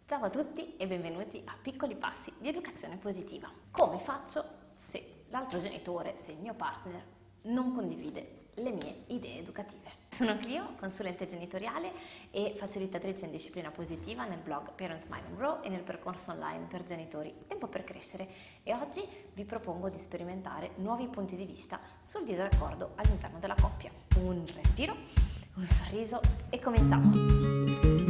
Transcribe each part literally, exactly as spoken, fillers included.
Ciao a tutti e benvenuti a Piccoli Passi di Educazione Positiva. Come faccio se l'altro genitore, se il mio partner, non condivide le mie idee educative? Sono Clio, consulente genitoriale e facilitatrice in disciplina positiva nel blog Parents Mind and Grow e nel percorso online per genitori Tempo per Crescere, e oggi vi propongo di sperimentare nuovi punti di vista sul disaccordo all'interno della coppia. Un respiro, un sorriso e cominciamo!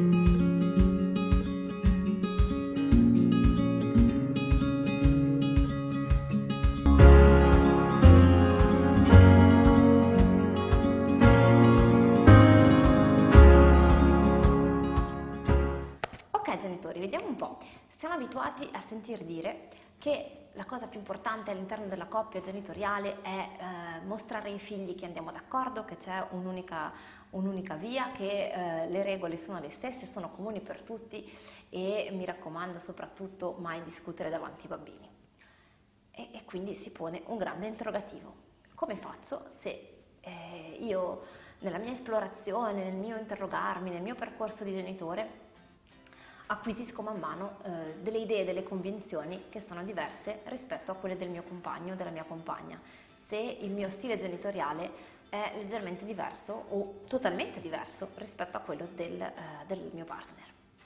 Genitori, vediamo un po'. Siamo abituati a sentir dire che la cosa più importante all'interno della coppia genitoriale è eh, mostrare ai figli che andiamo d'accordo, che c'è un'unica, un'unica via, che eh, le regole sono le stesse, sono comuni per tutti e mi raccomando soprattutto mai discutere davanti ai bambini. E, e quindi si pone un grande interrogativo. Come faccio se eh, io nella mia esplorazione, nel mio interrogarmi, nel mio percorso di genitore acquisisco man mano eh, delle idee, delle convinzioni che sono diverse rispetto a quelle del mio compagno o della mia compagna, se il mio stile genitoriale è leggermente diverso o totalmente diverso rispetto a quello del, eh, del mio partner.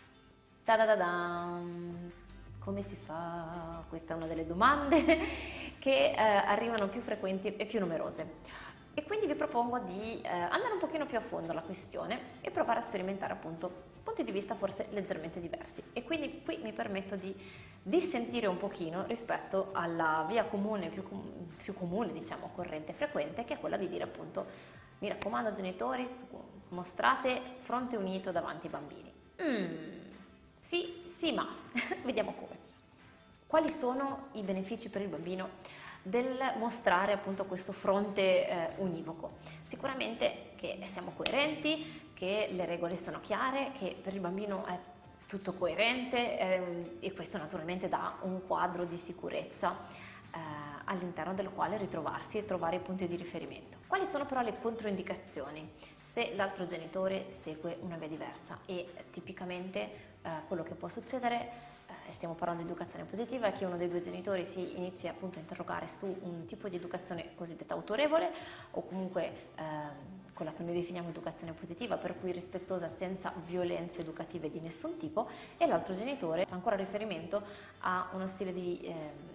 Ta-da-da-dam! Come si fa? Questa è una delle domande che eh, arrivano più frequenti e più numerose. E quindi vi propongo di eh, andare un pochino più a fondo alla questione e provare a sperimentare appunto punti di vista forse leggermente diversi. E quindi qui mi permetto di dissentire un pochino rispetto alla via comune, più, com- più comune, diciamo, corrente e frequente, che è quella di dire appunto: mi raccomando genitori, mostrate fronte unito davanti ai bambini. Mm, sì, sì, ma vediamo come. Quali sono i benefici per il bambino del mostrare appunto questo fronte eh, univoco? Sicuramente che siamo coerenti, che le regole sono chiare, che per il bambino è tutto coerente eh, e questo naturalmente dà un quadro di sicurezza eh, all'interno del quale ritrovarsi e trovare i punti di riferimento. Quali sono però le controindicazioni se l'altro genitore segue una via diversa? E tipicamente eh, quello che può succedere, stiamo parlando di educazione positiva, è che uno dei due genitori si inizi appunto a interrogare su un tipo di educazione cosiddetta autorevole o comunque eh, quella che noi definiamo educazione positiva, per cui rispettosa senza violenze educative di nessun tipo, e l'altro genitore fa ancora riferimento a uno stile di eh,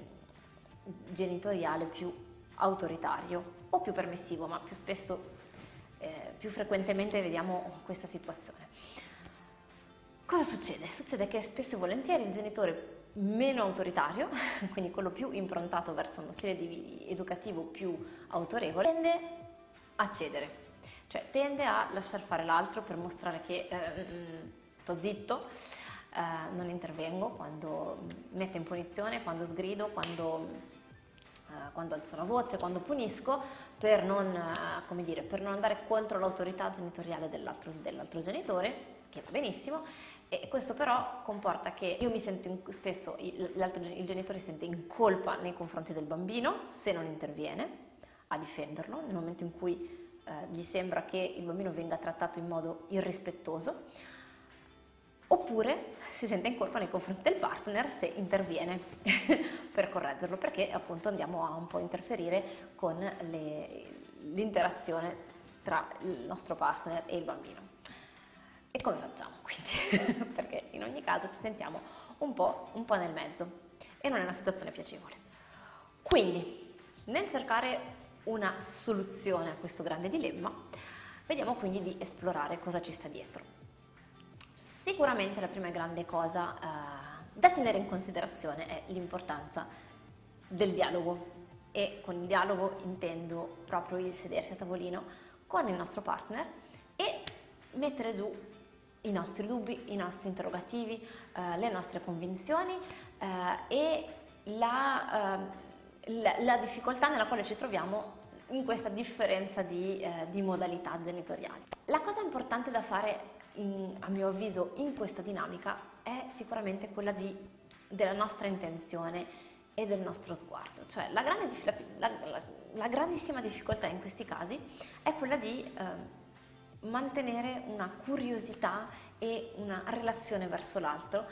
genitoriale più autoritario o più permissivo, ma più spesso, eh, più frequentemente vediamo questa situazione. Cosa succede? Succede che spesso e volentieri il genitore meno autoritario, quindi quello più improntato verso uno stile di educativo più autorevole, tende a cedere, cioè tende a lasciar fare l'altro per mostrare che eh, sto zitto, eh, non intervengo quando mette in punizione, quando sgrido, quando, eh, quando alzo la voce, quando punisco, per non, eh, come dire, per non andare contro l'autorità genitoriale dell'altro, dell'altro genitore, che va benissimo. E questo però comporta che io mi sento in, spesso il, il genitore si sente in colpa nei confronti del bambino se non interviene a difenderlo nel momento in cui eh, gli sembra che il bambino venga trattato in modo irrispettoso, oppure si sente in colpa nei confronti del partner se interviene per correggerlo, perché appunto andiamo a un po' interferire con le, l'interazione tra il nostro partner e il bambino. E come facciamo quindi? Perché in ogni caso ci sentiamo un po', un po' nel mezzo e non è una situazione piacevole. Quindi, nel cercare una soluzione a questo grande dilemma, vediamo quindi di esplorare cosa ci sta dietro. Sicuramente la prima grande cosa eh, da tenere in considerazione è l'importanza del dialogo, e con il dialogo intendo proprio il sedersi a tavolino con il nostro partner e mettere giù i nostri dubbi, i nostri interrogativi, eh, le nostre convinzioni eh, e la, eh, la, la difficoltà nella quale ci troviamo in questa differenza di, eh, di modalità genitoriali. La cosa importante da fare, in, a mio avviso, in questa dinamica è sicuramente quella di, della nostra intenzione e del nostro sguardo. Cioè la, grande, la, la, la grandissima difficoltà in questi casi è quella di eh, mantenere una curiosità e una relazione verso l'altro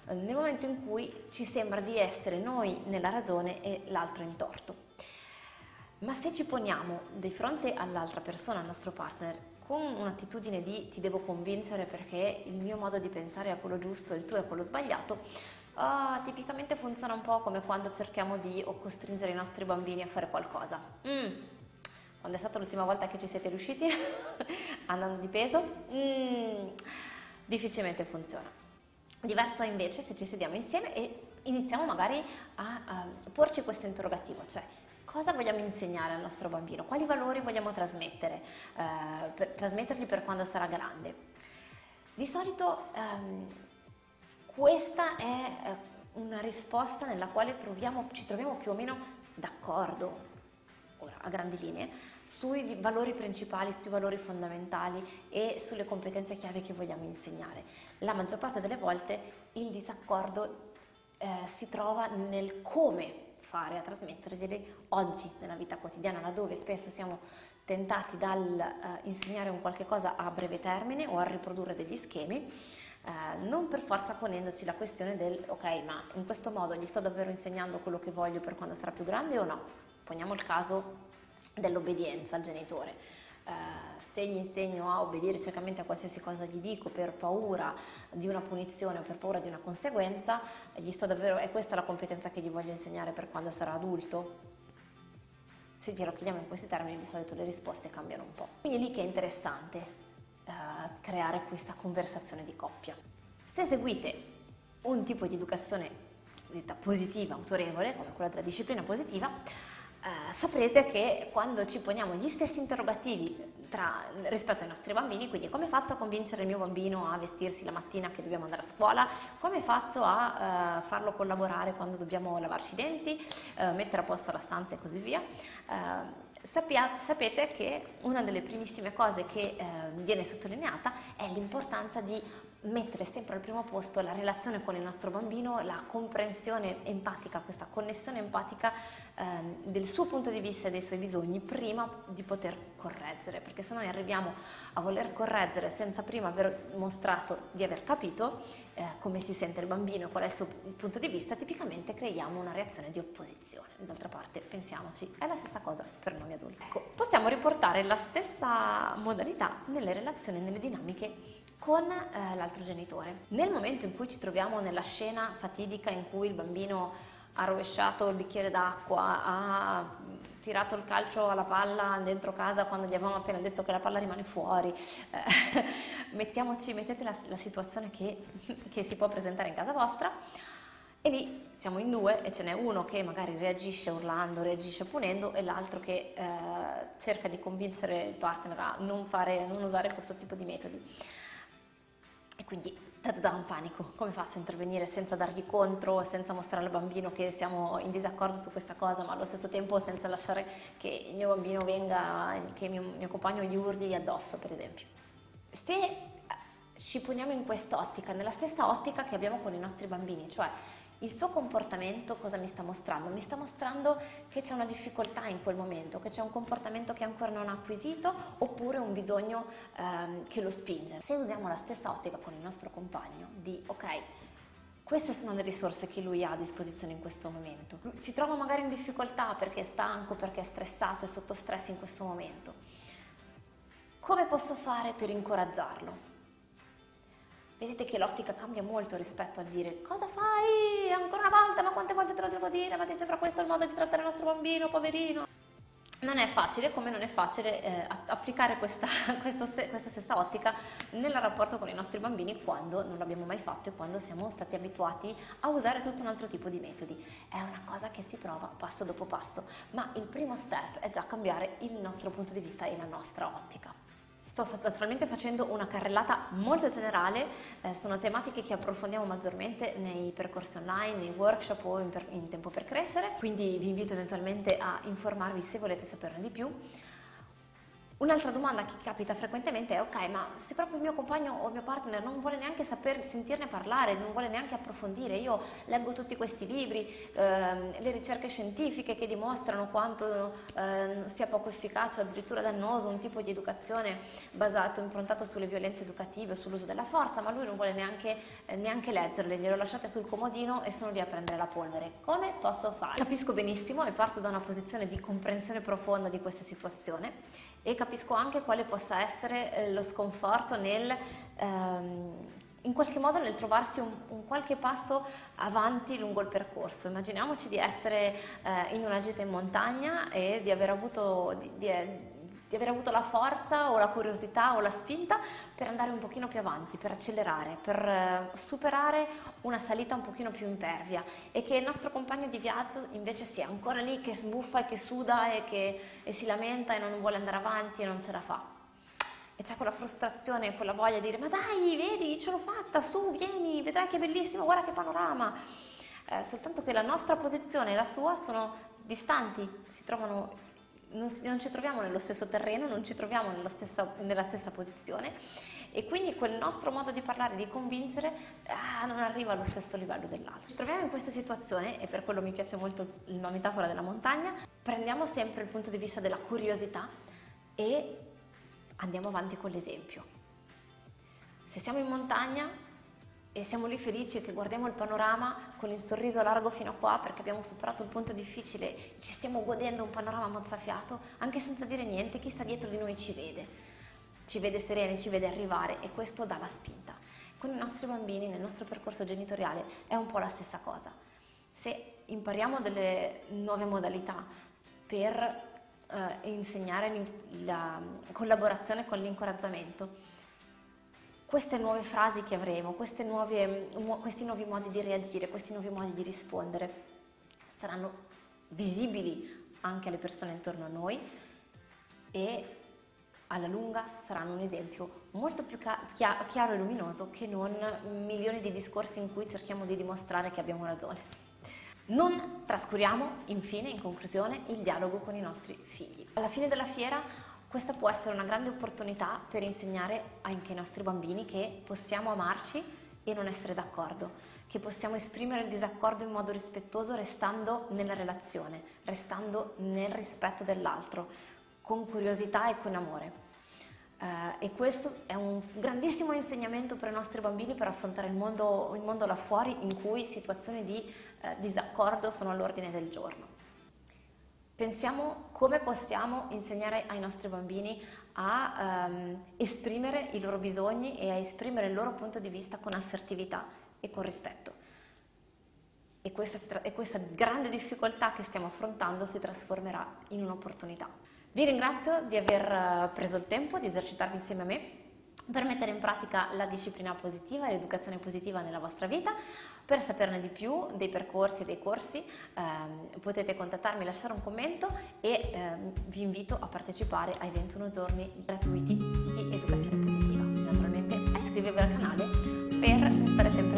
nel momento in cui ci sembra di essere noi nella ragione e l'altro in torto. Ma se ci poniamo di fronte all'altra persona, al nostro partner, con un'attitudine di ti devo convincere perché il mio modo di pensare è quello giusto e il tuo è quello sbagliato, uh, tipicamente funziona un po' come quando cerchiamo di o costringere i nostri bambini a fare qualcosa. Mm. Quando è stata l'ultima volta che ci siete riusciti? Andando di peso? Mm. Difficilmente funziona. Diverso è invece se ci sediamo insieme e iniziamo magari a, a porci questo interrogativo, cioè cosa vogliamo insegnare al nostro bambino, quali valori vogliamo trasmettere, eh, per, trasmettergli per quando sarà grande. Di solito ehm, questa è una risposta nella quale troviamo, ci troviamo più o meno d'accordo, ora a grandi linee, sui valori principali, sui valori fondamentali e sulle competenze chiave che vogliamo insegnare. La maggior parte delle volte il disaccordo eh, si trova nel come fare a trasmetterglieli oggi nella vita quotidiana, laddove spesso siamo tentati dal uh, insegnare un qualche cosa a breve termine o a riprodurre degli schemi, uh, non per forza ponendoci la questione del ok, ma in questo modo gli sto davvero insegnando quello che voglio per quando sarà più grande o no? Poniamo il caso dell'obbedienza al genitore. Uh, se gli insegno a obbedire ciecamente a qualsiasi cosa gli dico per paura di una punizione o per paura di una conseguenza, gli sto davvero, è questa la competenza che gli voglio insegnare per quando sarà adulto? Se glielo chiediamo in questi termini, di solito le risposte cambiano un po'. Quindi è lì che è interessante uh, creare questa conversazione di coppia. Se seguite un tipo di educazione detta positiva, autorevole, come quella della disciplina positiva, Uh, saprete che quando ci poniamo gli stessi interrogativi tra, rispetto ai nostri bambini, quindi come faccio a convincere il mio bambino a vestirsi la mattina che dobbiamo andare a scuola, come faccio a uh, farlo collaborare quando dobbiamo lavarci i denti, uh, mettere a posto la stanza e così via, uh, sapia, sapete che una delle primissime cose che uh, viene sottolineata è l'importanza di mettere sempre al primo posto la relazione con il nostro bambino, la comprensione empatica, questa connessione empatica ehm, del suo punto di vista e dei suoi bisogni prima di poter correggere, perché se noi arriviamo a voler correggere senza prima aver mostrato di aver capito eh, come si sente il bambino e qual è il suo punto di vista, tipicamente creiamo una reazione di opposizione. D'altra parte, pensiamoci, è la stessa cosa per noi adulti. Ecco, possiamo riportare la stessa modalità nelle relazioni, nelle dinamiche con eh, l'altro genitore. Nel momento in cui ci troviamo nella scena fatidica in cui il bambino ha rovesciato il bicchiere d'acqua, ha tirato il calcio alla palla dentro casa quando gli avevamo appena detto che la palla rimane fuori, eh, mettiamoci, mettete la, la situazione che, che si può presentare in casa vostra, e lì siamo in due e ce n'è uno che magari reagisce urlando, reagisce punendo, e l'altro che eh, cerca di convincere il partner a non fare, non usare questo tipo di metodi. E quindi da un panico, come faccio a intervenire senza dargli contro, senza mostrare al bambino che siamo in disaccordo su questa cosa, ma allo stesso tempo senza lasciare che il mio bambino venga, che il mio, mio compagno gli urli addosso, per esempio. Se ci poniamo in quest'ottica, nella stessa ottica che abbiamo con i nostri bambini, cioè il suo comportamento cosa mi sta mostrando? Mi sta mostrando che c'è una difficoltà in quel momento, che c'è un comportamento che ancora non ha acquisito, oppure un bisogno ehm, che lo spinge. Se usiamo la stessa ottica con il nostro compagno, di ok, queste sono le risorse che lui ha a disposizione in questo momento. Si trova magari in difficoltà perché è stanco, perché è stressato, è sotto stress in questo momento. Come posso fare per incoraggiarlo? Vedete che l'ottica cambia molto rispetto a dire cosa fai ancora una volta, ma quante volte te lo devo dire, ma ti sembra questo il modo di trattare il nostro bambino, poverino? Non è facile, come non è facile eh, applicare questa, questa, questa stessa ottica nel rapporto con i nostri bambini quando non l'abbiamo mai fatto e quando siamo stati abituati a usare tutto un altro tipo di metodi. È una cosa che si prova passo dopo passo, ma il primo step è già cambiare il nostro punto di vista e la nostra ottica. Sto naturalmente facendo una carrellata molto generale, eh, sono tematiche che approfondiamo maggiormente nei percorsi online, nei workshop o in, per, in Tempo per Crescere, quindi vi invito eventualmente a informarvi se volete saperne di più. Un'altra domanda che capita frequentemente è: ok, ma se proprio il mio compagno o il mio partner non vuole neanche saper sentirne parlare, non vuole neanche approfondire, io leggo tutti questi libri, ehm, le ricerche scientifiche che dimostrano quanto ehm, sia poco efficace o addirittura dannoso un tipo di educazione basato, improntato sulle violenze educative, sull'uso della forza, ma lui non vuole neanche, eh, neanche leggerle, glielo lasciate sul comodino e sono lì a prendere la polvere. Come posso fare? Capisco benissimo e parto da una posizione di comprensione profonda di questa situazione. E capisco anche quale possa essere eh, lo sconforto nel, ehm, in qualche modo nel trovarsi un, un qualche passo avanti lungo il percorso. Immaginiamoci di essere eh, in una gita in montagna e di aver avuto, di, di, di aver avuto la forza o la curiosità o la spinta per andare un pochino più avanti, per accelerare, per eh, superare una salita un pochino più impervia, e che il nostro compagno di viaggio invece sia ancora lì che sbuffa e che suda e che e si lamenta e non vuole andare avanti e non ce la fa. E c'è quella frustrazione, quella voglia di dire: ma dai, vedi, ce l'ho fatta, su, vieni, vedrai che bellissimo, guarda che panorama. Eh, soltanto che la nostra posizione e la sua sono distanti, si trovano, non, non ci troviamo nello stesso terreno, non ci troviamo nella stessa, nella stessa posizione, e quindi quel nostro modo di parlare, di convincere, ah, non arriva allo stesso livello dell'altro. Ci troviamo in questa situazione, e per quello mi piace molto la metafora della montagna. Prendiamo sempre il punto di vista della curiosità e andiamo avanti con l'esempio. Se siamo in montagna e siamo lì felici che guardiamo il panorama con il sorriso largo fino a qua perché abbiamo superato un punto difficile e ci stiamo godendo un panorama mozzafiato, anche senza dire niente, chi sta dietro di noi ci vede. Ci vede sereni, ci vede arrivare, e questo dà la spinta. Con i nostri bambini, nel nostro percorso genitoriale, è un po' la stessa cosa. Se impariamo delle nuove modalità per eh, insegnare la collaborazione con l'incoraggiamento, queste nuove frasi che avremo, queste nuove, questi nuovi modi di reagire, questi nuovi modi di rispondere saranno visibili anche alle persone intorno a noi, e alla lunga saranno un esempio molto più chiaro e luminoso che non milioni di discorsi in cui cerchiamo di dimostrare che abbiamo ragione. Non trascuriamo, infine, in conclusione, il dialogo con i nostri figli. Alla fine della fiera questa può essere una grande opportunità per insegnare anche ai nostri bambini che possiamo amarci e non essere d'accordo, che possiamo esprimere il disaccordo in modo rispettoso restando nella relazione, restando nel rispetto dell'altro, con curiosità e con amore. Uh, e questo è un grandissimo insegnamento per i nostri bambini per affrontare il mondo, il mondo là fuori, in cui situazioni di uh, disaccordo sono all'ordine del giorno. Pensiamo come possiamo insegnare ai nostri bambini a um, esprimere i loro bisogni e a esprimere il loro punto di vista con assertività e con rispetto. E questa, e questa grande difficoltà che stiamo affrontando si trasformerà in un'opportunità. Vi ringrazio di aver preso il tempo di esercitarvi insieme a me per mettere in pratica la disciplina positiva e l'educazione positiva nella vostra vita. Per saperne di più dei percorsi e dei corsi ehm, potete contattarmi, lasciare un commento, e ehm, vi invito a partecipare ai ventuno giorni gratuiti di educazione positiva. Naturalmente a iscrivervi al canale per restare sempre